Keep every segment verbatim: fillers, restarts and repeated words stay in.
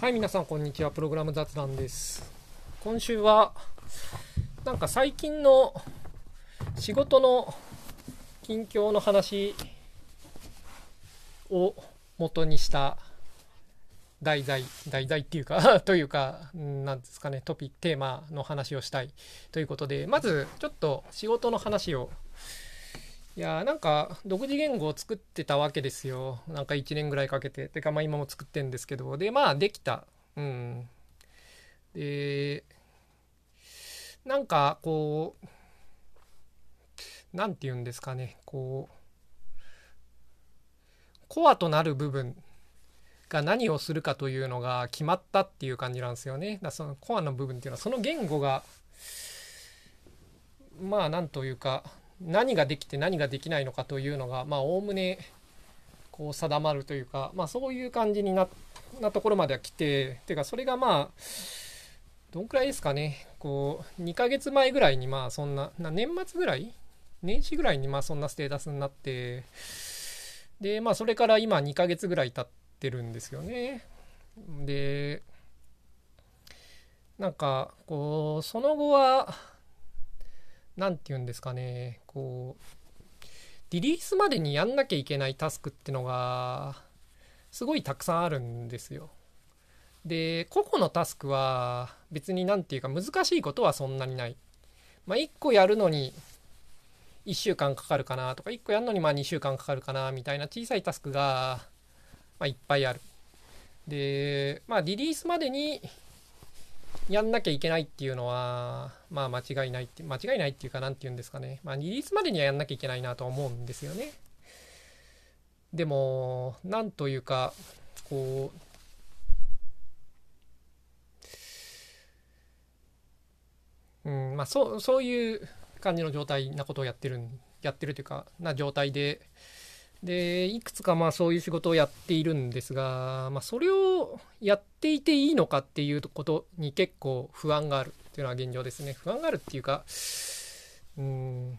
はい、皆さんこんにちは。プログラム雑談です。今週はなんか最近の仕事の近況の話を元にした題材題材っていうかというかなんですかね、トピックテーマの話をしたいということで、まずちょっと仕事の話を。いやなんか独自言語を作ってたわけですよ。なんかいちねんぐらいかけて。てかまあ今も作ってるんですけど、でまあできた。うん。で、なんかこう、なんて言うんですかね、こう、コアとなる部分が何をするかというのが決まったっていう感じなんですよね。だそのコアの部分っていうのは、その言語が、まあなんというか、何ができて何ができないのかというのが、まあおおむねこう定まるというか、まあそういう感じにななところまでは来て、てかそれがまあ、どんくらいですかね、こうにかげつまえぐらいにまあそんなな年末ぐらい年始ぐらいにまあそんなステータスになって、でまあそれから今にかげつぐらい経ってるんですよね。でなんかこうその後はなんて言うんですかね、こうリリースまでにやんなきゃいけないタスクってのがすごいたくさんあるんですよ。で個々のタスクは別になんていうか難しいことはそんなにない。まあいっこやるのにいっしゅうかんかかるかなとか、いっこやるのにまあにしゅうかんかかるかなみたいな小さいタスクが、まあ、いっぱいある。でまあリリースまでにやんなきゃいけないっていうのはまあ間違いないって間違いないっていうか、なんていうんですかね、まあリリースまでにはやんなきゃいけないなと思うんですよね。でもなんというかこう、うんまあそうそういう感じの状態なことをやってるやってるというかな状態で、でいくつかまあそういう仕事をやっているんですが、まあ、それをやっていていいのかっていうことに結構不安があるっていうのは現状ですね。不安があるっていうか、うーん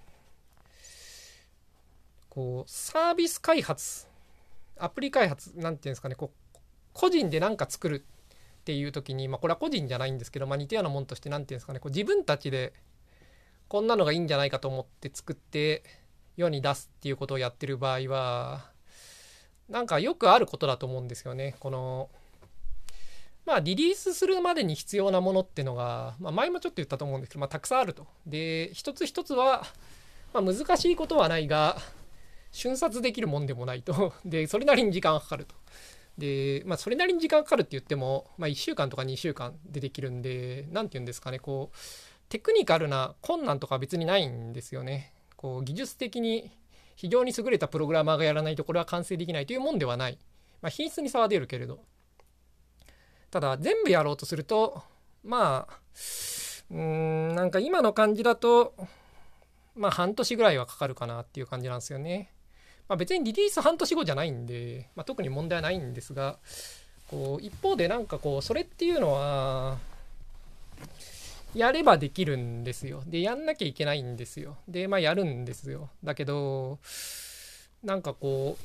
こうサービス開発、アプリ開発なんていうんですかね、こう個人で何か作るっていう時に、まあ、これは個人じゃないんですけど、まあ、似たようなもんとしてなんていうんですかね、こう自分たちでこんなのがいいんじゃないかと思って作って世に出すっていうことをやってる場合はなんかよくあることだと思うんですよね。このまあリリースするまでに必要なものってのが、まあ、前もちょっと言ったと思うんですけど、まあ、たくさんあると。で一つ一つは、まあ、難しいことはないが瞬殺できるもんでもないと。でそれなりに時間がかかると。でまあそれなりに時間かかるって言っても、まあ、いっしゅうかんとかにしゅうかんでできるんで、なんて言うんですかね、こうテクニカルな困難とか別にないんですよね。こう技術的に非常に優れたプログラマーがやらないとこれは完成できないというもんではない。まあ、品質に差は出るけれど、ただ全部やろうとするとまあうーんなんか今の感じだとまあ半年ぐらいはかかるかなっていう感じなんですよね。まあ、別にリリース半年後じゃないんで、まあ、特に問題はないんですが、こう一方でなんかこうそれっていうのはやればできるんですよ。でやんなきゃいけないんですよ。でまあやるんですよ。だけどなんかこう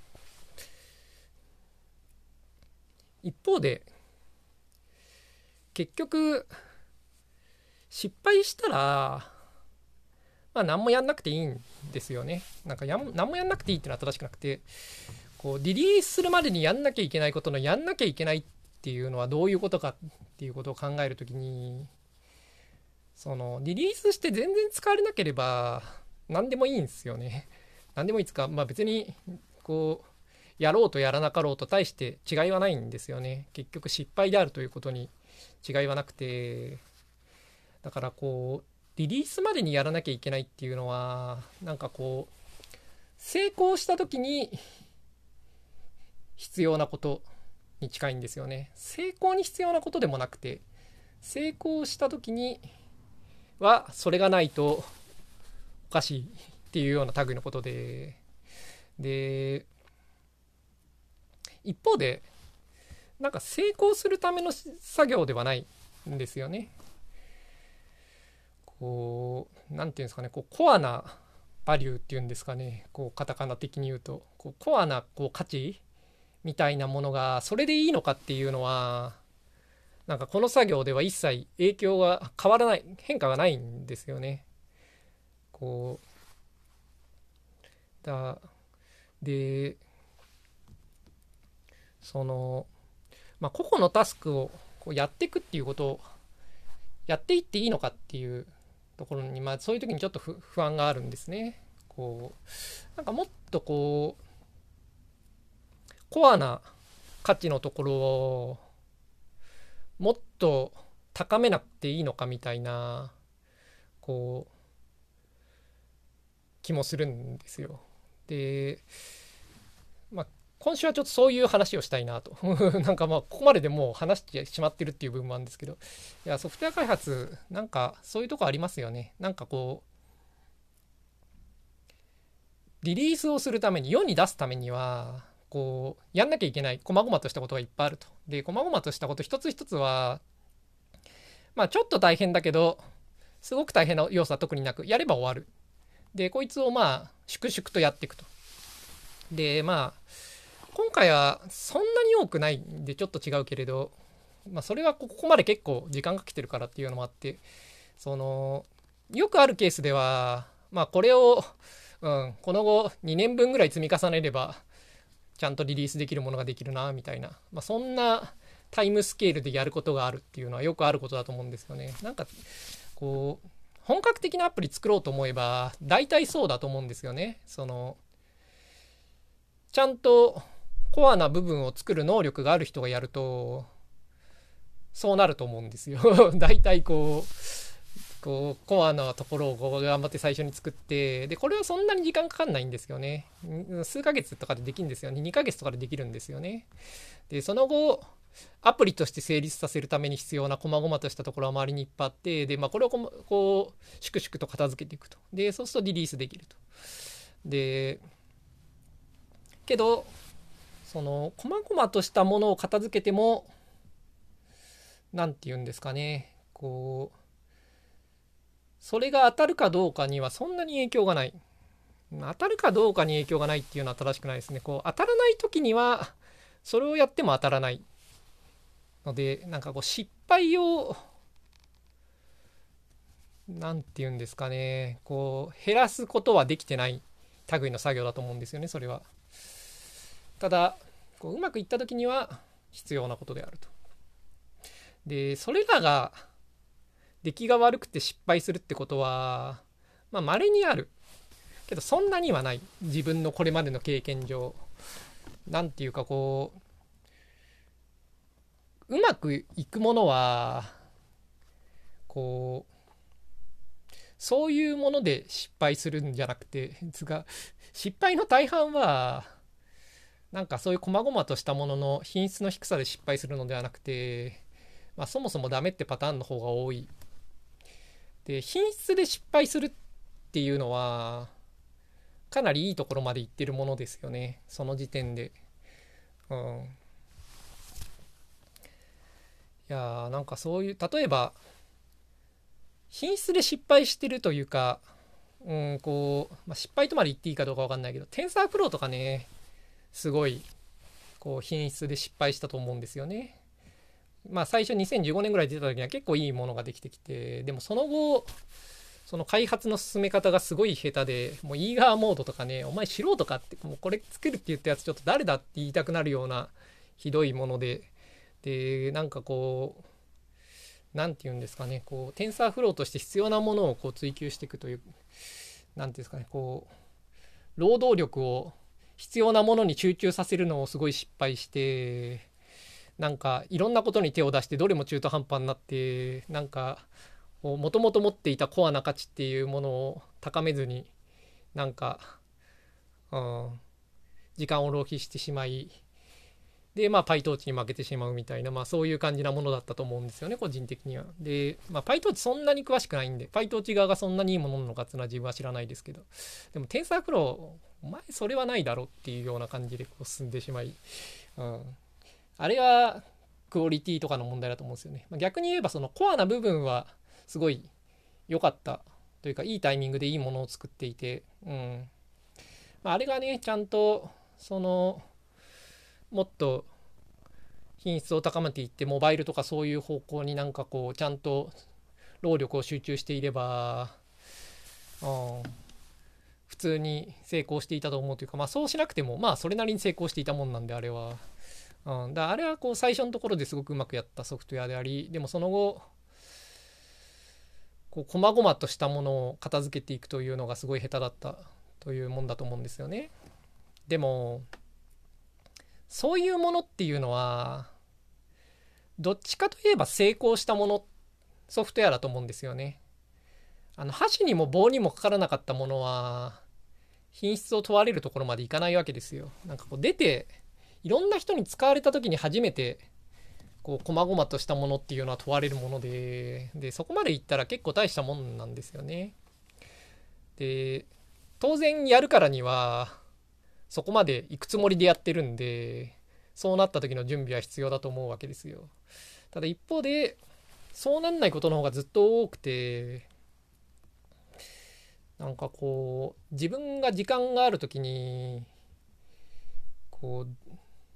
一方で結局失敗したらまあ何もやんなくていいんですよね。なんかやん何もやんなくていいっていうのは正しくなくて、こうリリースするまでにやんなきゃいけないことのやんなきゃいけないっていうのはどういうことかっていうことを考えるときに、そのリリースして全然使われなければ何でもいいんですよね。何でもいいですか、まあ別にこうやろうとやらなかろうと大して違いはないんですよね。結局失敗であるということに違いはなくて、だからこうリリースまでにやらなきゃいけないっていうのはなんかこう成功した時に必要なことに近いんですよね。成功に必要なことでもなくて、成功した時にはそれがないとおかしいっていうような類のことで、で一方でなんか成功するための作業ではないんですよね。こうなんていうんですかね、こうコアなバリューっていうんですかね、こうカタカナ的に言うとこうコアなこう価値みたいなものがそれでいいのかっていうのはなんかこの作業では一切影響が変わらない、変化がないんですよね。こうだでその、まあ、個々のタスクをこうやっていくっていうことをやっていっていいのかっていうところに、まあ、そういう時にちょっと不不安があるんですね。こうなんかもっとこうコアな価値のところをもっと高めなくていいのかみたいなこう気もするんですよ。で、まあ、今週はちょっとそういう話をしたいなとなんかまあここまででもう話してしまってるっていう部分もあるんですけど、いやソフトウェア開発なんかそういうとこありますよね。なんかこうリリースをするために世に出すためにはこうやんなきゃいけない細々としたことがいっぱいあると。で細々としたこと一つ一つはまあちょっと大変だけどすごく大変な要素は特になくやれば終わる。でこいつをまあ粛々とやっていくと。でまあ今回はそんなに多くないんでちょっと違うけれど、まあ、それはここまで結構時間が来てるからっていうのもあって、そのよくあるケースではまあこれを、うん、この後にねんぶんぐらい積み重ねればちゃんとリリースできるものができるなみたいな、まあ、そんなタイムスケールでやることがあるっていうのはよくあることだと思うんですよね。なんかこう本格的なアプリ作ろうと思えば大体そうだと思うんですよね。そのちゃんとコアな部分を作る能力がある人がやるとそうなると思うんですよ大体こうこうコアなところをこう頑張って最初に作って、でこれはそんなに時間かかんないんですよね。数ヶ月とかでできるんですよね。にかげつとかでできるんですよね。でその後アプリとして成立させるために必要な細々としたところは周りにいっぱいあって、で、まあ、これをここう粛々と片付けていくと。でそうするとリリースできると。でけどその細々としたものを片付けても何て言うんですかね、こうそれが当たるかどうかにはそんなに影響がない。当たるかどうかに影響がないっていうのは正しくないですね。こう当たらない時にはそれをやっても当たらないので、なんかこう失敗を何て言うんですかね、こう減らすことはできてない類の作業だと思うんですよね。それはただこううまくいった時には必要なことであると。でそれらが出来が悪くて失敗するってことはまあ稀にあるけどそんなにはない。自分のこれまでの経験上なんていうかこううまくいくものはこうそういうもので失敗するんじゃなくて、失敗の大半はなんかそういう細々としたものの品質の低さで失敗するのではなくて、まあ、そもそもダメってパターンの方が多い。で品質で失敗するっていうのはかなりいいところまでいってるものですよね、その時点で。うん、いやーなんかそういう例えば品質で失敗してるというか、うんこうまあ、失敗とまで言っていいかどうか分かんないけど、テンサーフローとかねすごいこう品質で失敗したと思うんですよね。まあ最初にせんじゅうごねんぐらい出た時には結構いいものができてきて、でもその後その開発の進め方がすごい下手で、もうイーガーモードとかね、お前素人かって、もうこれ作るって言ったやつちょっと誰だって言いたくなるようなひどいもので、でなんかこうなんて言うんですかね、こうテンサーフローとして必要なものをこう追求していくという、なんていうんですかね、こう労働力を必要なものに集中させるのをすごい失敗して、なんかいろんなことに手を出してどれも中途半端になって、なんかもともと持っていたコアな価値っていうものを高めずになんか、うん、時間を浪費してしまい、でまあ PyTorch に負けてしまうみたいな、まあそういう感じなものだったと思うんですよね、個人的には。で、まあ PyTorch そんなに詳しくないんで PyTorch 側がそんなにいいものなのかっていうのは自分は知らないですけど、でも TensorFlow お前それはないだろっていうような感じでこう進んでしまい、うん、あれはクオリティとかの問題だと思うんですよね。逆に言えばそのコアな部分はすごい良かったというか、いいタイミングでいいものを作っていて、うんまあ、あれがねちゃんとそのもっと品質を高めていって、モバイルとかそういう方向になんかこうちゃんと労力を集中していれば、うん、普通に成功していたと思うというか、まあそうしなくてもまあそれなりに成功していたもんなんで、あれは、うん、だあれはこう最初のところですごくうまくやったソフトウェアであり、でもその後こう細々としたものを片付けていくというのがすごい下手だったというもんだと思うんですよね。でもそういうものっていうのはどっちかといえば成功したもの、ソフトウェアだと思うんですよね。あの箸にも棒にもかからなかったものは品質を問われるところまでいかないわけですよ。なんかこう出ていろんな人に使われた時に初めてこう細々としたものっていうのは問われるもので、でそこまでいったら結構大したもんなんですよね。で当然やるからにはそこまで行くつもりでやってるんで、そうなった時の準備は必要だと思うわけですよ。ただ一方でそうなんないことの方がずっと多くて、なんかこう自分が時間がある時にこう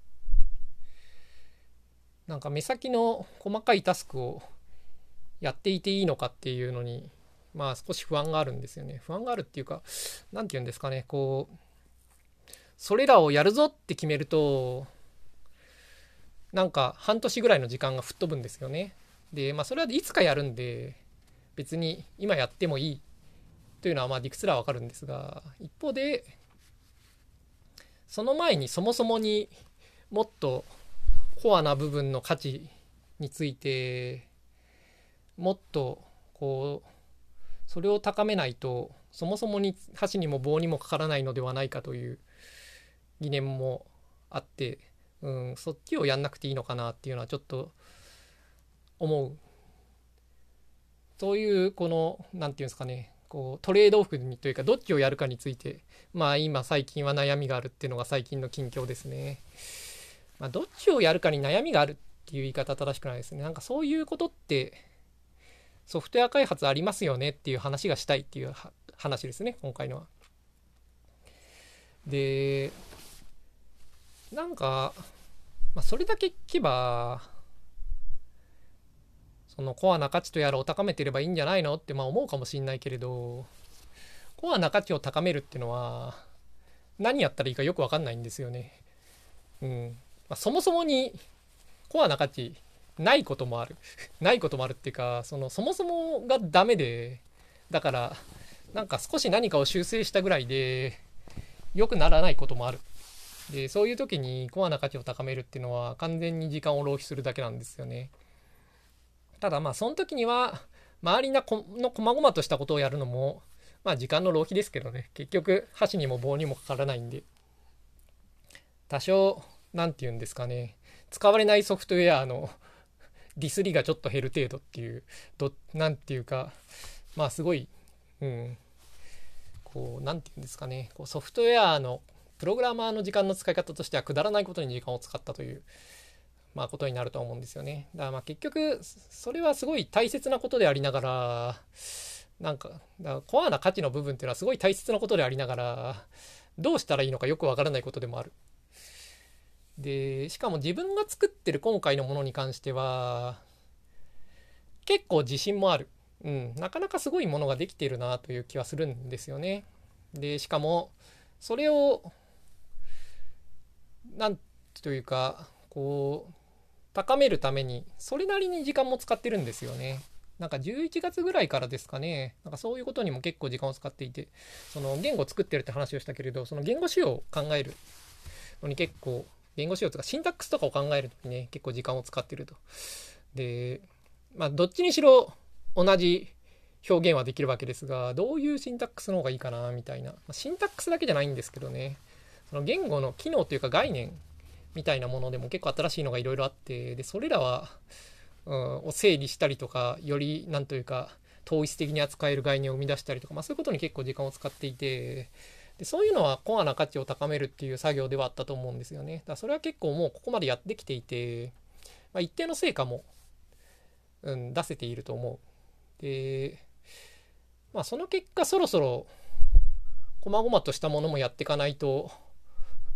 なんか目先の細かいタスクをやっていていいのかっていうのにまあ少し不安があるんですよね。不安があるっていうか、なんて言うんですかね、こうそれらをやるぞって決めるとなんか半年ぐらいの時間が吹っ飛ぶんですよね。でまあそれはいつかやるんで別に今やってもいいというのはまあ理屈らはわかるんですが、一方でその前にそもそもにもっとコアな部分の価値についてもっとこうそれを高めないとそもそもに箸にも棒にもかからないのではないかという疑念もあって、うん、そっちをやんなくていいのかなっていうのはちょっと思う。そういうこのなんていうんですかね、こうトレードオフにというかどっちをやるかについてまあ今最近は悩みがあるっていうのが最近の近況ですね。まあ、どっちをやるかに悩みがあるっていう言い方正しくないですね。なんかそういうことってソフトウェア開発ありますよねっていう話がしたいっていう話ですね、今回のは。でなんか、まあ、それだけ聞けばそのコアな価値とやらを高めてればいいんじゃないのってまあ思うかもしれないけれど、コアな価値を高めるっていうのは何やったらいいかよく分かんないんですよね。うんまあ、そもそもにコアな価値ないこともあるないこともあるっていうか、そのそもそもがダメで、だからなんか少し何かを修正したぐらいで良くならないこともある。でそういう時にコアな価値を高めるっていうのは完全に時間を浪費するだけなんですよね。ただまあその時には周りの細々としたことをやるのもまあ時間の浪費ですけどね、結局箸にも棒にもかからないんで、多少なんて言うんですかね、使われないソフトウェアのディスりがちょっと減る程度っていう、どなんていうかまあすごい、うんこうなんて言うんですかね、こうソフトウェアのプログラマーの時間の使い方としてはくだらないことに時間を使ったというまあことになると思うんですよね。だからまあ結局それはすごい大切なことでありながら、なんかだからコアな価値の部分っていうのはすごい大切なことでありながらどうしたらいいのかよくわからないことでもある。でしかも自分が作ってる今回のものに関しては結構自信もある、うん、なかなかすごいものができているなという気はするんですよね。でしかもそれをなんというかこう高めるためにそれなりに時間も使ってるんですよね。なんかじゅういちがつぐらいからですかね、なんかそういうことにも結構時間を使っていて、その言語を作ってるって話をしたけれど、その言語仕様を考えるのに結構言語仕様とかシンタックスとかを考えるのにね結構時間を使ってると。でまあどっちにしろ同じ表現はできるわけですが、どういうシンタックスの方がいいかなみたいな、シンタックスだけじゃないんですけどね、その言語の機能というか概念みたいなものでも結構新しいのがいろいろあって、でそれらは、うん、を整理したりとか、よりなんというか統一的に扱える概念を生み出したりとか、まあ、そういうことに結構時間を使っていて、でそういうのはコアな価値を高めるっていう作業ではあったと思うんですよね。だからそれは結構もうここまでやってきていて、まあ、一定の成果も、うん、出せていると思う。でまあその結果そろそろ細々としたものもやっていかないと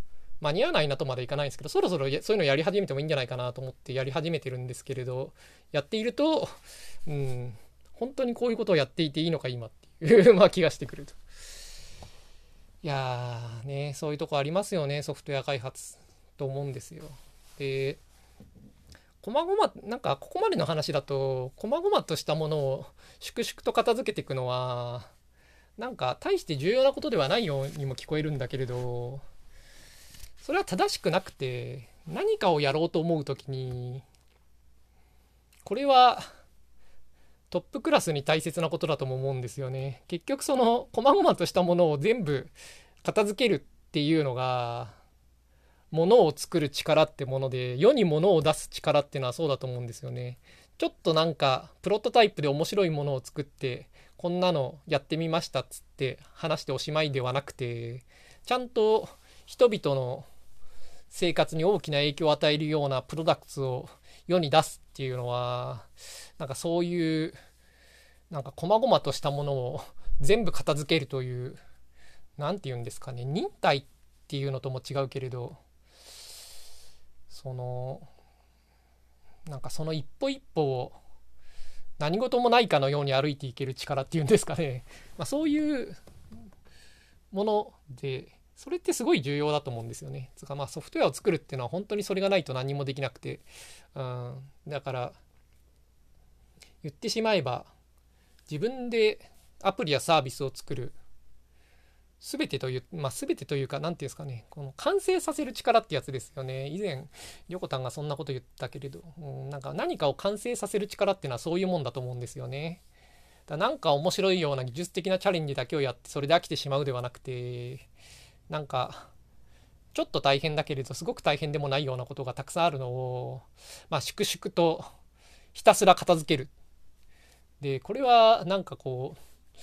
間に合わないなとまでいかないんですけど、そろそろそういうのやり始めてもいいんじゃないかなと思ってやり始めてるんですけれど、やっていると、うん、本当にこういうことをやっていていいのか今っていうまあ気がしてくると。いやーね、そういうとこありますよね、ソフトウェア開発と思うんですよ。で、こまごま、なんかここまでの話だと、こまごまとしたものを粛々と片付けていくのは、なんか大して重要なことではないようにも聞こえるんだけれど、それは正しくなくて、何かをやろうと思うときに、これはトップクラスに大切なことだとも思うんですよね。結局その細々としたものを全部片付けるっていうのが、ものを作る力ってもので、世にものを出す力っていうのはそうだと思うんですよね。ちょっとなんかプロトタイプで面白いものを作って、こんなのやってみましたっつって話しておしまいではなくて、ちゃんと人々の生活に大きな影響を与えるようなプロダクツを世に出すっていうのは、なんかそういうなんか細々としたものを全部片付けるという、なんて言うんですかね、忍耐っていうのとも違うけれど、そのなんかその一歩一歩を何事もないかのように歩いていける力っていうんですかね、まあ、そういうもので、それってすごい重要だと思うんですよね。つかまあソフトウェアを作るっていうのは本当にそれがないと何もできなくて、うん、だから言ってしまえば自分でアプリやサービスを作る全てという、まあ、全てというか、なんていうんですかね、この完成させる力ってやつですよね。以前、りょこたんがそんなこと言ったけれど、うん、なんか何かを完成させる力っていうのはそういうもんだと思うんですよね。だなんか面白いような技術的なチャレンジだけをやってそれで飽きてしまうではなくて、なんかちょっと大変だけれどすごく大変でもないようなことがたくさんあるのを、まあ、粛々とひたすら片付ける。でこれはなんかこう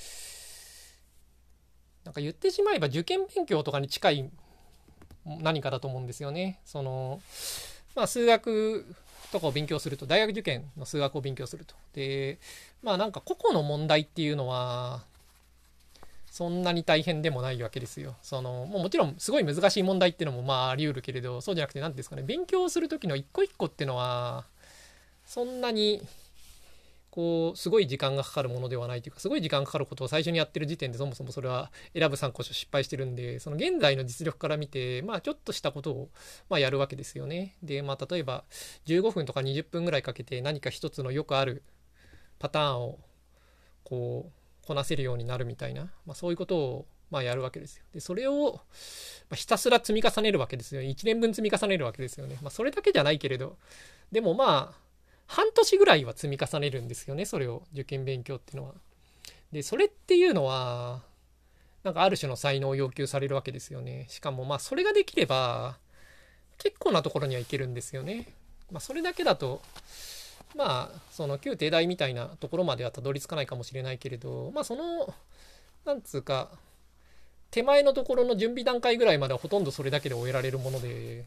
なんか言ってしまえば受験勉強とかに近い何かだと思うんですよね。そのまあ数学とかを勉強すると、大学受験の数学を勉強すると、でまあなんか個々の問題っていうのはそんなに大変でもないわけですよ。そのもうもちろんすごい難しい問題っていうのもまああり得るけれど、そうじゃなくて何ですかね、勉強する時の一個一個っていうのはそんなにこうすごい時間がかかるものではないというか、すごい時間がかかることを最初にやってる時点でそもそもそれは選ぶ参考書失敗してるんで、その現在の実力から見てまあちょっとしたことをまあやるわけですよね。でまあ例えばじゅうごふんとかにじゅっぷんぐらいかけて何か一つのよくあるパターンをこうこなせるようになるみたいな、まあ、そういうことをまあやるわけですよ。でそれをひたすら積み重ねるわけですよ。いちねんぶん積み重ねるわけですよね。まあそれだけじゃないけれど、でもまあ半年ぐらいは積み重ねるんですよね、それを。受験勉強っていうのは。でそれっていうのはなんかある種の才能を要求されるわけですよね。しかもまあそれができれば結構なところにはいけるんですよね。まあそれだけだとまあその旧帝大みたいなところまではたどり着かないかもしれないけれど、まあそのなんつうか手前のところの準備段階ぐらいまではほとんどそれだけで終えられるもので、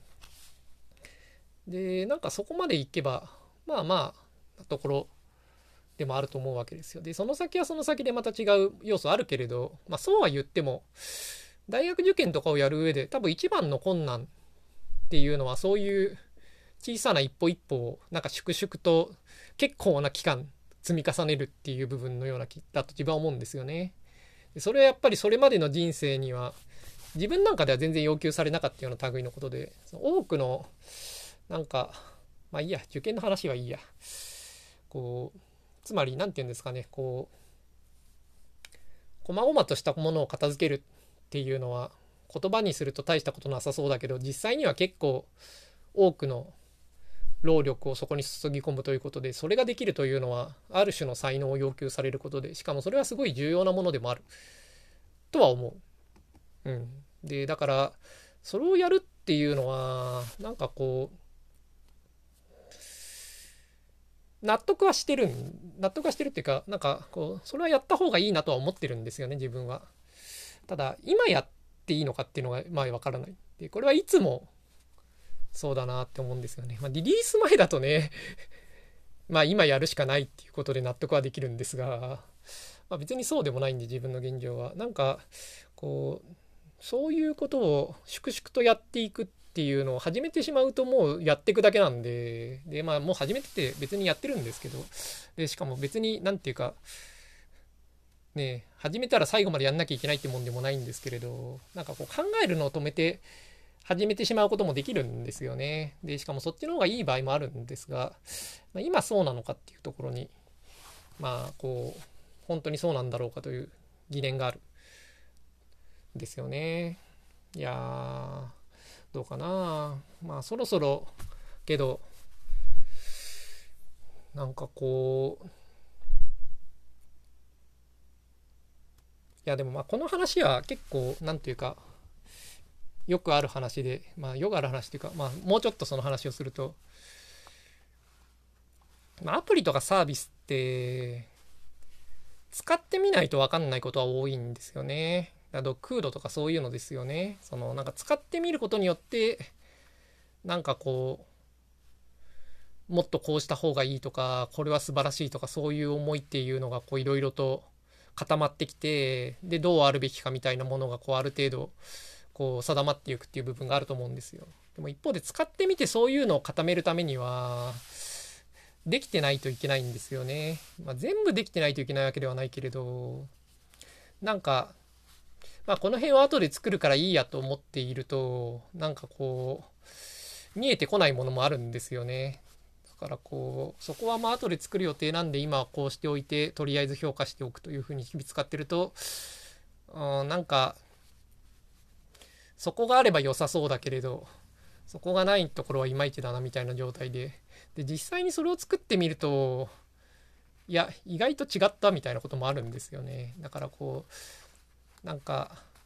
でなんかそこまでいけばまあまあなところでもあると思うわけですよ。でその先はその先でまた違う要素あるけれど、まあそうは言っても大学受験とかをやる上で多分一番の困難っていうのはそういう小さな一歩一歩をなんか粛々と結構な期間積み重ねるっていう部分のような気だと自分は思うんですよね。でそれはやっぱりそれまでの人生には自分なんかでは全然要求されなかったような類のことで、多くのなんかまあいいや、受験の話はいいや。こうつまり何て言うんですかね、こう細々としたものを片付けるっていうのは言葉にすると大したことなさそうだけど、実際には結構多くの労力をそこに注ぎ込むということで、それができるというのはある種の才能を要求されることで、しかもそれはすごい重要なものでもあるとは思う。うん、でだからそれをやるっていうのはなんかこう納得はしてる納得はしてるっていうか、なんかこうそれはやった方がいいなとは思ってるんですよね、自分は。ただ今やっていいのかっていうのがまあわからない。でこれはいつもそうだなって思うんですよね。まあ、リリース前だとねまあ今やるしかないっていうことで納得はできるんですが、まあ、別にそうでもないんで、自分の現状はなんかこうそういうことを粛々とやっていくっっていうのを始めてしまうともうやっていくだけなんで、で、まあもう始めてて別にやってるんですけど、で、しかも別になんていうか、ね、始めたら最後までやんなきゃいけないってもんでもないんですけれど、なんかこう考えるのを止めて始めてしまうこともできるんですよね。で、しかもそっちの方がいい場合もあるんですが、まあ、今そうなのかっていうところに、まあこう、本当にそうなんだろうかという疑念があるんですよね。いやー、どうかな。まあそろそろ、けど、なんかこう、いやでもまあこの話は結構、なんていうか、よくある話で、まあよくある話というか、まあもうちょっとその話をすると、まあ、アプリとかサービスって、使ってみないと分かんないことは多いんですよね。あと、クードとかそういうのですよね。その、なんか使ってみることによって、なんかこう、もっとこうした方がいいとか、これは素晴らしいとか、そういう思いっていうのが、こう、いろいろと固まってきて、で、どうあるべきかみたいなものが、こう、ある程度、こう、定まっていくっていう部分があると思うんですよ。でも一方で使ってみてそういうのを固めるためには、できてないといけないんですよね。まあ、全部できてないといけないわけではないけれど、なんか、まあ、この辺は後で作るからいいやと思っていると、なんかこう、見えてこないものもあるんですよね。だからこう、そこはまあ後で作る予定なんで今はこうしておいて、とりあえず評価しておくというふうに日々使ってると、うん、なんか、そこがあれば良さそうだけれど、そこがないところはいまいちだなみたいな状態で、で、実際にそれを作ってみると、いや、意外と違ったみたいなこともあるんですよね。だからこう、なんか、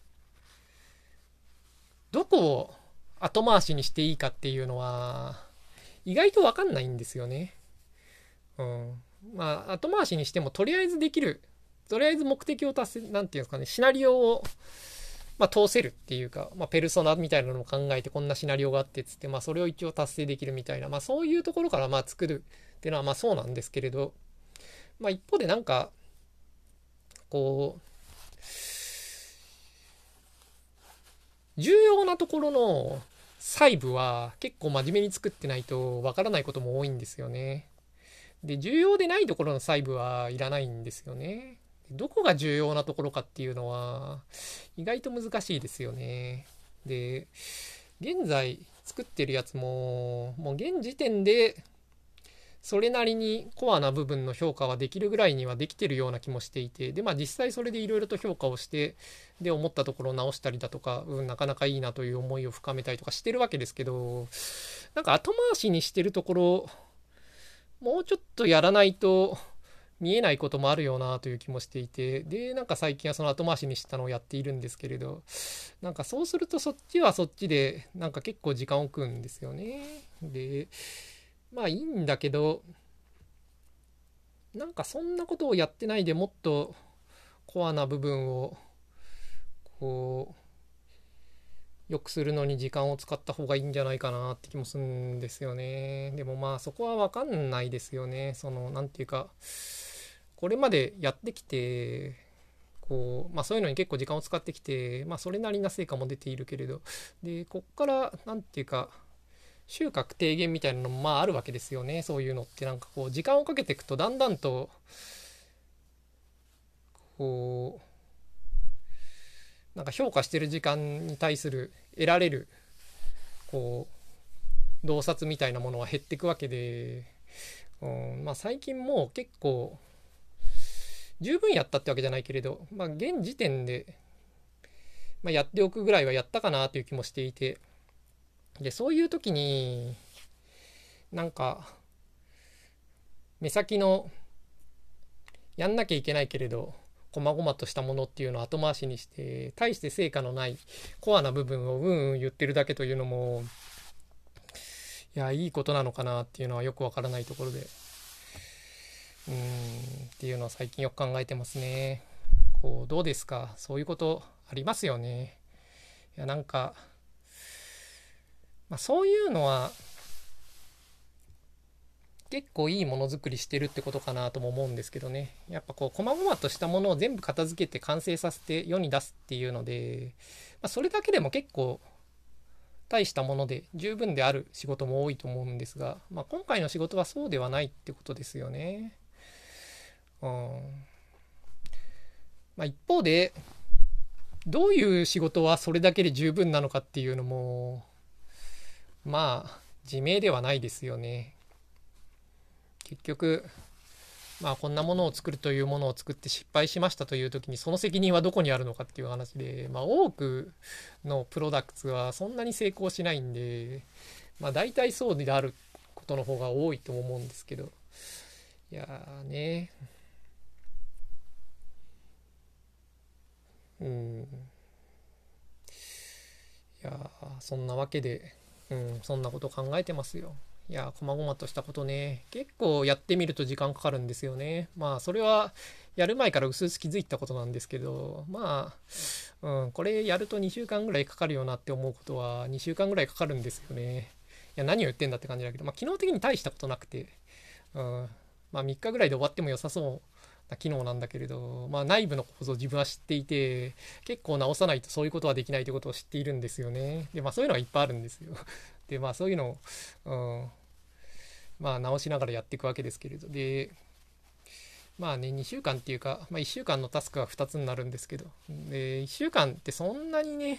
どこを後回しにしていいかっていうのは、意外とわかんないんですよね。うん。まあ、後回しにしても、とりあえずできる、とりあえず目的を達成、なんていうんですかね、シナリオを、まあ、通せるっていうか、まあ、ペルソナみたいなのを考えて、こんなシナリオがあってっつって、まあ、それを一応達成できるみたいな、まあ、そういうところから、まあ、作るっていうのは、まあ、そうなんですけれど、まあ、一方でなんか、こう、重要なところの細部は結構真面目に作ってないとわからないことも多いんですよね。で、重要でないところの細部はいらないんですよね。どこが重要なところかっていうのは意外と難しいですよね。で、現在作ってるやつも、もう現時点でそれなりにコアな部分の評価はできるぐらいにはできてるような気もしていて、で、まあ実際それでいろいろと評価をして、で、思ったところを直したりだとか、うん、なかなかいいなという思いを深めたりとかしてるわけですけど、なんか後回しにしてるところ、もうちょっとやらないと見えないこともあるよなという気もしていて、で、なんか最近はその後回しにしたのをやっているんですけれど、なんかそうするとそっちはそっちで、なんか結構時間を食うんですよね。で、まあいいんだけど、なんかそんなことをやってないでもっとコアな部分をこう良くするのに時間を使った方がいいんじゃないかなって気もするんですよね。でもまあそこは分かんないですよね。そのなんていうかこれまでやってきてこうまあそういうのに結構時間を使ってきてまあそれなりな成果も出ているけれどでこっからなんていうか収穫低減みたいなのもまああるわけですよね。そういうのってなんかこう時間をかけていくとだんだんとこうなんか評価してる時間に対する得られるこう洞察みたいなものは減っていくわけで、うん、まあ最近もう結構十分やったってわけじゃないけれど、まあ現時点で、まあ、やっておくぐらいはやったかなという気もしていて、でそういう時になんか目先のやんなきゃいけないけれど細々としたものっていうのを後回しにして大して成果のないコアな部分をうんうん言ってるだけというのもいやいいことなのかなっていうのはよくわからないところでうーんっていうのを最近よく考えてますね。こうどうですか、そういうことありますよね。いやなんか、まあ、そういうのは結構いいものづくりしてるってことかなとも思うんですけどね。やっぱこう細々としたものを全部片付けて完成させて世に出すっていうので、まあ、それだけでも結構大したもので十分である仕事も多いと思うんですが、まあ、今回の仕事はそうではないってことですよね。うん。まあ、一方でどういう仕事はそれだけで十分なのかっていうのもまあ自明ではないですよね。結局まあこんなものを作るというものを作って失敗しましたという時にその責任はどこにあるのかっていう話で、まあ多くのプロダクツはそんなに成功しないんで、まあ大体そうであることの方が多いと思うんですけど、いやーね、うん、いやーそんなわけで、うん、そんなこと考えてますよ。いやー、細々としたことね、結構やってみると時間かかるんですよね。まあ、それはやる前から薄々気づいたことなんですけど、まあ、うん、これやるとにしゅうかんぐらいかかるよなって思うことはにしゅうかんぐらいかかるんですよね。いや、何を言ってんだって感じだけど、まあ、機能的に大したことなくて、うん、まあ、みっかぐらいで終わっても良さそうな機能なんだけれど、まあ、内部の構造を自分は知っていて、結構直さないとそういうことはできないということを知っているんですよね。で、まあ、そういうのはいっぱいあるんですよ。で、まあ、そういうのを、うん、まあ、直しながらやっていくわけですけれど、で、まあね、にしゅうかんっていうか、まあ、いっしゅうかんのタスクがふたつになるんですけど、で、いっしゅうかんってそんなにね、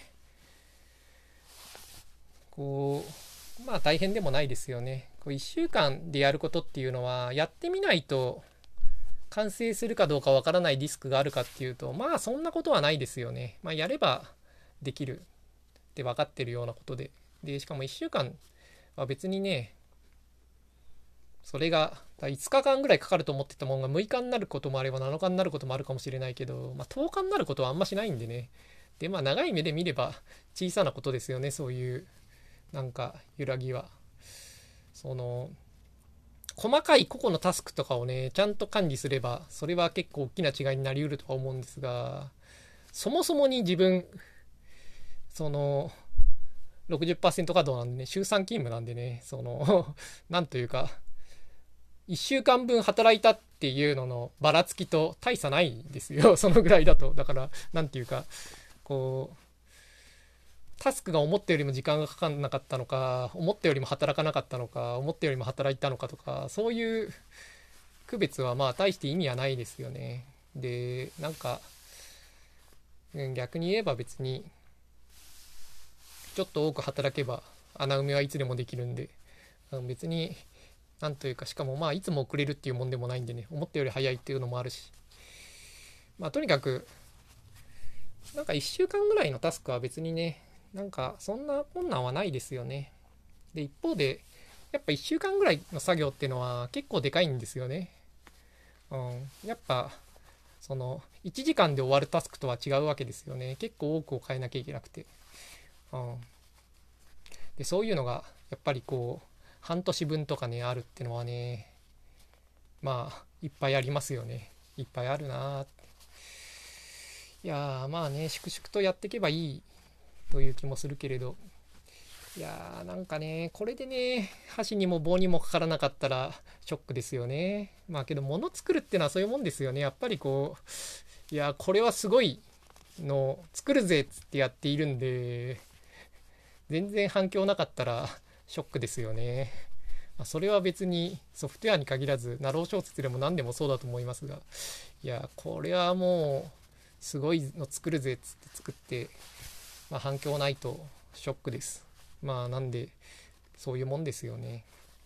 こう、まあ大変でもないですよね。こういっしゅうかんでやることっていうのは、やってみないと完成するかどうかわからないリスクがあるかっていうと、まあそんなことはないですよね。まあやればできるって分かってるようなことで。で、しかもいっしゅうかんは別にね、それがいつかかんぐらいかかると思ってたものがむいかになることもあればなのかになることもあるかもしれないけど、まあ、とおかになることはあんましないんでね。で、まあ長い目で見れば小さなことですよね、そういうなんか揺らぎは。その細かい個々のタスクとかをね、ちゃんと管理すれば、それは結構大きな違いになりうるとは思うんですが、そもそもに自分、その、ろくじゅっパーセント稼働なんでね、週さん勤務なんでね、その、なんというか、いっしゅうかんぶん働いたっていうののばらつきと大差ないんですよ。そのぐらいだと。だから、なんていうか、こう、タスクが思ったよりも時間がかかんなかったのか、思ったよりも働かなかったのか、思ったよりも働いたのかとか、そういう区別はまあ大して意味はないですよね。で、なんか、逆に言えば別に、ちょっと多く働けば穴埋めはいつでもできるんで、別になんというか、しかもまあいつも遅れるっていうもんでもないんでね、思ったより早いっていうのもあるし、まあとにかくなんかいっしゅうかんぐらいのタスクは別にね、なんかそんな困難はないですよね。で一方でやっぱいっしゅうかんぐらいの作業っていうのは結構でかいんですよね。うん、やっぱそのいちじかんで終わるタスクとは違うわけですよね。結構多くを変えなきゃいけなくて、うん、でそういうのがやっぱりこう半年分とかねあるってのはね、まあいっぱいありますよね。いっぱいあるな。いやーまあね、粛々とやっていけばいいという気もするけれど、いやーなんかね、これでね、箸にも棒にもかからなかったらショックですよね。まあけど物作るってのはそういうもんですよね。やっぱりこう、いやこれはすごいの作るぜっつってやっているんで、全然反響なかったらショックですよね。まあ、それは別にソフトウェアに限らずナロー小説でも何でもそうだと思いますが、いやこれはもうすごいの作るぜっつって作って、まあ、反響ないとショックです。まあなんでそういうもんですよね。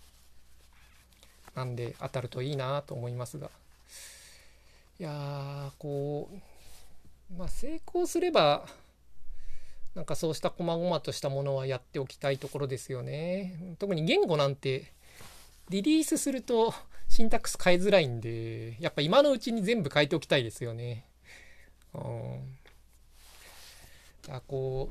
なんで当たるといいなと思いますが、いやーこうまあ成功すればなんかそうした細々としたものはやっておきたいところですよね。特に言語なんてリリースするとシンタックス変えづらいんで、やっぱ今のうちに全部変えておきたいですよね。うん。あこ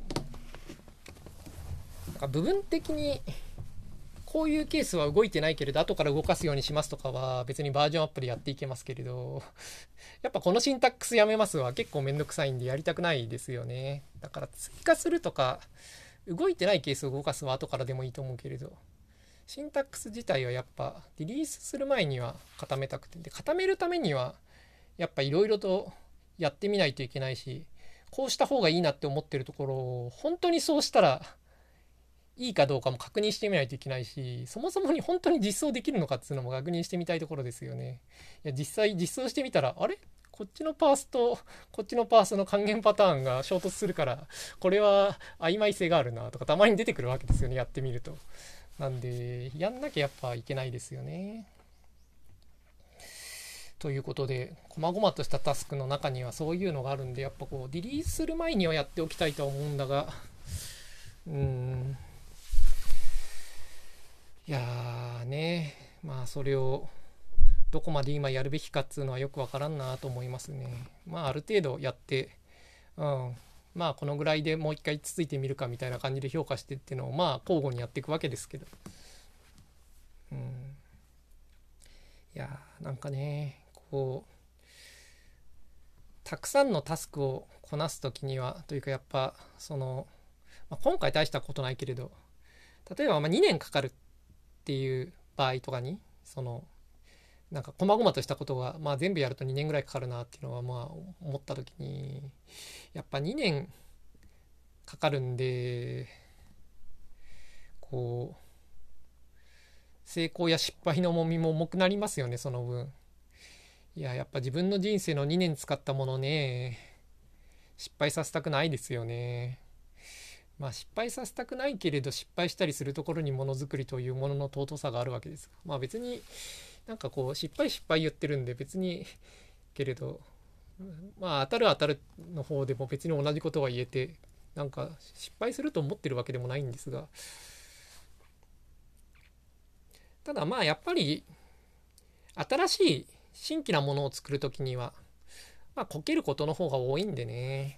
うなんか部分的にこういうケースは動いてないけれど後から動かすようにしますとかは別にバージョンアップでやっていけますけれど、やっぱこのシンタックスやめますは結構めんどくさいんでやりたくないですよね。だから追加するとか動いてないケースを動かすは後からでもいいと思うけれど、シンタックス自体はやっぱリリースする前には固めたくて、で固めるためにはやっぱいろいろとやってみないといけないし、こうした方がいいなって思ってるところを本当にそうしたらいいかどうかも確認してみないといけないし、そもそもに本当に実装できるのかっていうのも確認してみたいところですよね。いや、実際実装してみたら、あれこっちのパースとこっちのパースの還元パターンが衝突するから、これは曖昧性があるなとかたまに出てくるわけですよね、やってみると。なんで、やんなきゃやっぱいけないですよね。ということで、細々としたタスクの中にはそういうのがあるんで、やっぱこう、リリースする前にはやっておきたいと思うんだが、うーん、いやーね、まあそれをどこまで今やるべきかっつうのはよくわからんなと思いますね。まあある程度やって、うん、まあこのぐらいでもう一回つついてみるかみたいな感じで評価してっていうのをまあ交互にやっていくわけですけど、うん、いやーなんかね、こうたくさんのタスクをこなすときにはというか、やっぱその、まあ、今回大したことないけれど、例えばまあにねんかかるっていう場合とかに、そのなんか細々としたことが、まあ、全部やるとにねんぐらいかかるなっていうのはまあ思った時に、やっぱにねんかかるんで、こう成功や失敗の重みも重くなりますよね、その分。いや、やっぱ自分の人生のにねん使ったものね、失敗させたくないですよね。まあ失敗させたくないけれど、失敗したりするところにものづくりというものの尊さがあるわけです。まあ別になんかこう失敗失敗言ってるんで別にけれど、まあ当たる当たるの方でも別に同じことは言えて、なんか失敗すると思ってるわけでもないんですが、ただまあやっぱり新しい新規なものを作るときには、まあこけることの方が多いんでね、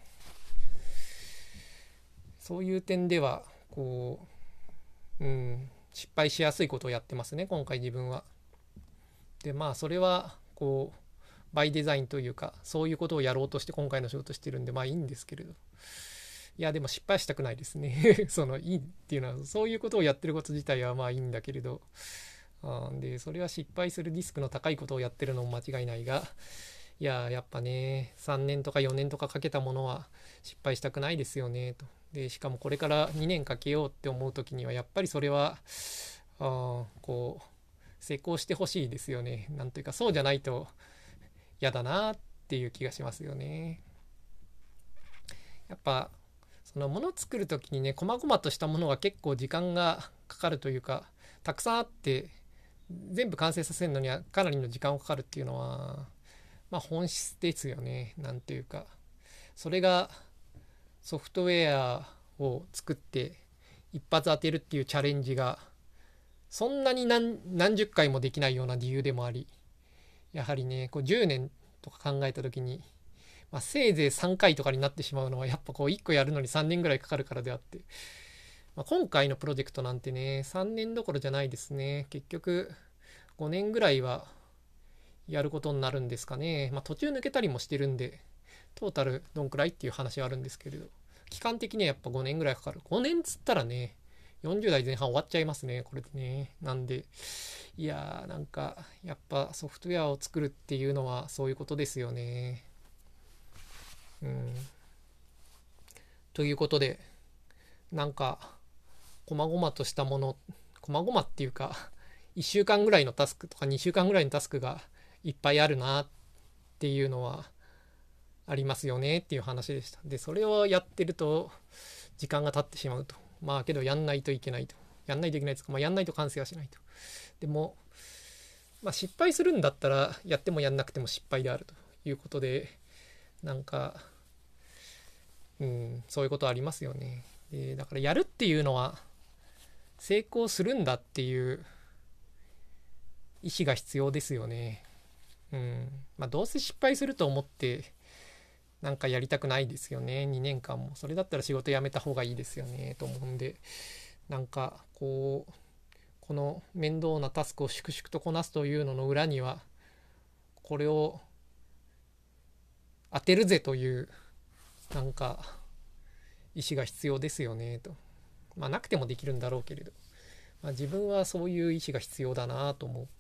そういう点ではこう、うん、失敗しやすいことをやってますね、今回自分は。でまあそれはこうバイデザインというか、そういうことをやろうとして今回の仕事してるんでまあいいんですけれど、いやでも失敗したくないですねそのいいっていうのは、そういうことをやってること自体はまあいいんだけれど、あでそれは失敗するリスクの高いことをやってるのも間違いないが、いややっぱねさんねんとかよねんとかかけたものは失敗したくないですよねと。でしかもこれからにねんかけようって思う時にはやっぱりそれはあこう成功してほしいですよね。なんというかそうじゃないと嫌だなっていう気がしますよね。やっぱそのもの作る時にね、細々としたものが結構時間がかかるというか、たくさんあって全部完成させるのにはかなりの時間がかかるっていうのはまあ本質ですよね。なんていうか、それがソフトウェアを作って一発当てるっていうチャレンジがそんなに 何, 何十回もできないような理由でもあり、やはりねこうじゅうねんとか考えた時に、まあ、せいぜいさんかいとかになってしまうのはやっぱこういっこやるのにさんねんぐらいかかるからであって、まあ、今回のプロジェクトなんてねさんねんどころじゃないですね。結局ごねんぐらいはやることになるんですかね。まあ途中抜けたりもしてるんでトータルどんくらいっていう話はあるんですけれど、期間的にはやっぱごねんぐらいかかる。ごねんつったらねよんじゅう代前半終わっちゃいますね、これでね。なんでいやーなんかやっぱソフトウェアを作るっていうのはそういうことですよね。うんということで、なんか細々としたもの、細々っていうかいっしゅうかんぐらいのタスクとかにしゅうかんぐらいのタスクがいっぱいあるなっていうのはありますよねっていう話でした。でそれをやってると時間が経ってしまうと。まあけどやんないといけないと。やんないといけないですか、まあ、やんないと完成はしないと。でも、まあ、失敗するんだったらやってもやんなくても失敗であるということで、なんか、うん、そういうことありますよね。でだからやるっていうのは成功するんだっていう意思が必要ですよね。うんまあ、どうせ失敗すると思ってなんかやりたくないですよね、にねんかんも。それだったら仕事辞めた方がいいですよねと思うんで、なんかこうこの面倒なタスクを粛々とこなすというのの裏にはこれを当てるぜというなんか意思が必要ですよねと。まあなくてもできるんだろうけれど、まあ、自分はそういう意思が必要だなと思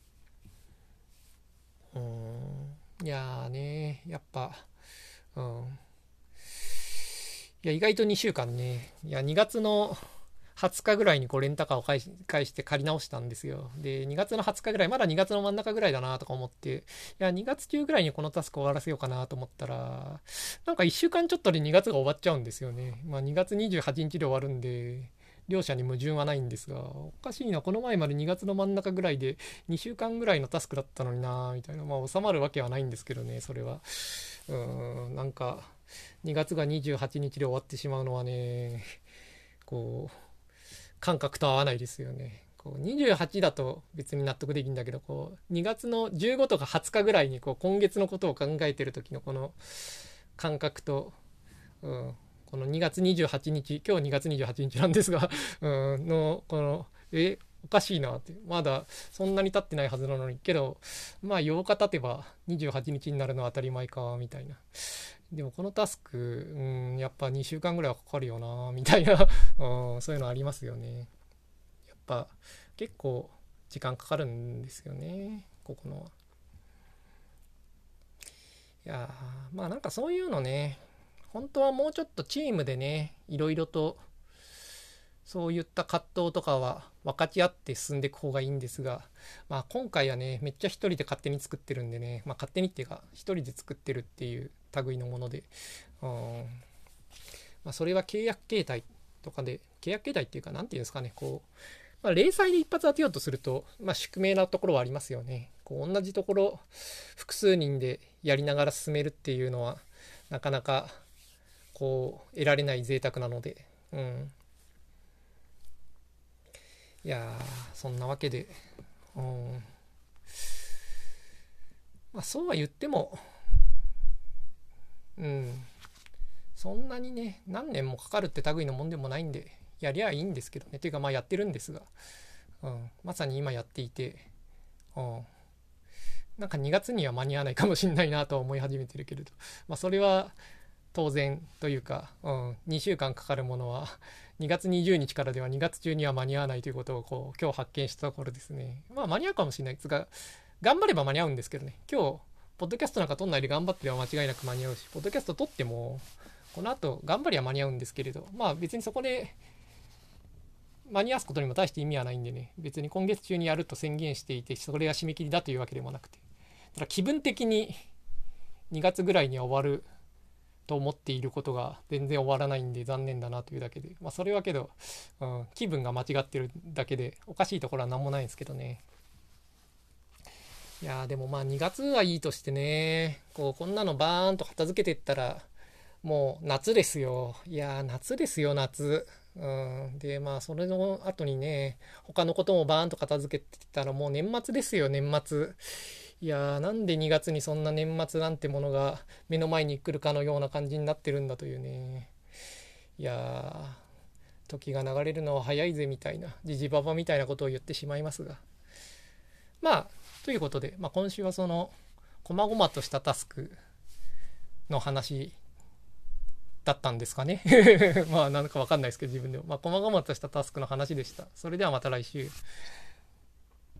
う。うーんいやーねやっぱうんいや意外とにしゅうかんね、いやにがつのはつかぐらいにこうレンタカーを返し、返して借り直したんですよ。で、にがつのはつかぐらい、まだにがつの真ん中ぐらいだなとか思って、いや、にがつ中ぐらいにこのタスク終わらせようかなと思ったら、なんかいっしゅうかんちょっとでにがつが終わっちゃうんですよね。まあにがつにじゅうはちにちで終わるんで、両者に矛盾はないんですが、おかしいな、この前までにがつの真ん中ぐらいでにしゅうかんぐらいのタスクだったのになみたいな、まあ収まるわけはないんですけどね、それは。うーん、なんか、にがつがにじゅうはちにちで終わってしまうのはね、こう、感覚と合わないですよね。こうにじゅうはちだと別に納得できるんだけど、こうにがつのじゅうごとかはつかぐらいにこう今月のことを考えてる時のこの感覚と、うん、このにがつにじゅうはちにち、今日にがつにじゅうはちにちなんですが、うん、のこのえおかしいなって、まだそんなに経ってないはずなのに、けどまあようか経てばにじゅうはちにちになるのは当たり前かみたいな。でもこのタスク、うん、やっぱにしゅうかんぐらいはかかるよなみたいな、うん、そういうのありますよね。やっぱ結構時間かかるんですよね、ここの。いやまあなんかそういうのね、本当はもうちょっとチームでね、いろいろとそういった葛藤とかは分かち合って進んでいく方がいいんですが、まあ今回はね、めっちゃ一人で勝手に作ってるんでね、まあ勝手にっていうか一人で作ってるっていう類のもので、うん、まあそれは契約形態とかで、契約形態っていうかなんていうんですかね、こう、まあ、零細で一発当てようとすると、まあ宿命なところはありますよね。こう同じところ複数人でやりながら進めるっていうのはなかなかこう得られない贅沢なので、うん。いやーそんなわけで、うん、まあそうは言っても、うん、そんなにね何年もかかるって類のもんでもないんで、やりゃいいんですけどね。というかまあやってるんですが、うん、まさに今やっていて、うん、なんかにがつには間に合わないかもしれないなとは思い始めてるけれど、まあそれは当然というか、うん、にしゅうかんかかるものはにがつにじゅうにちからではにがつ中には間に合わないということをこう今日発見したところですね。まあ間に合うかもしれないですが、頑張れば間に合うんですけどね。今日ポッドキャストなんか撮んないで頑張ってれば間違いなく間に合うし、ポッドキャスト撮ってもこの後頑張りは間に合うんですけれど、まあ別にそこで間に合わすことにも大して意味はないんでね、別に今月中にやると宣言していて、それが締め切りだというわけでもなくて、ただ気分的ににがつぐらいには終わると思っていることが全然終わらないんで残念だなというだけで、まあそれはけど、うん、気分が間違ってるだけでおかしいところは何もないんですけどね。いやーでもまあにがつはいいとしてね、こうこんなのバーンと片付けてったらもう夏ですよ。いやー夏ですよ夏。うん、でまあそれの後にね、他のこともバーンと片付けてたらもう年末ですよ年末。いやーなんでにがつにそんな年末なんてものが目の前に来るかのような感じになってるんだというね。いやー時が流れるのは早いぜみたいな、ジジババみたいなことを言ってしまいますが、まあということで、まあ、今週はその細々としたタスクの話だったんですかねまあなんかわかんないですけど自分でも、まあ細々としたタスクの話でした。それではまた来週。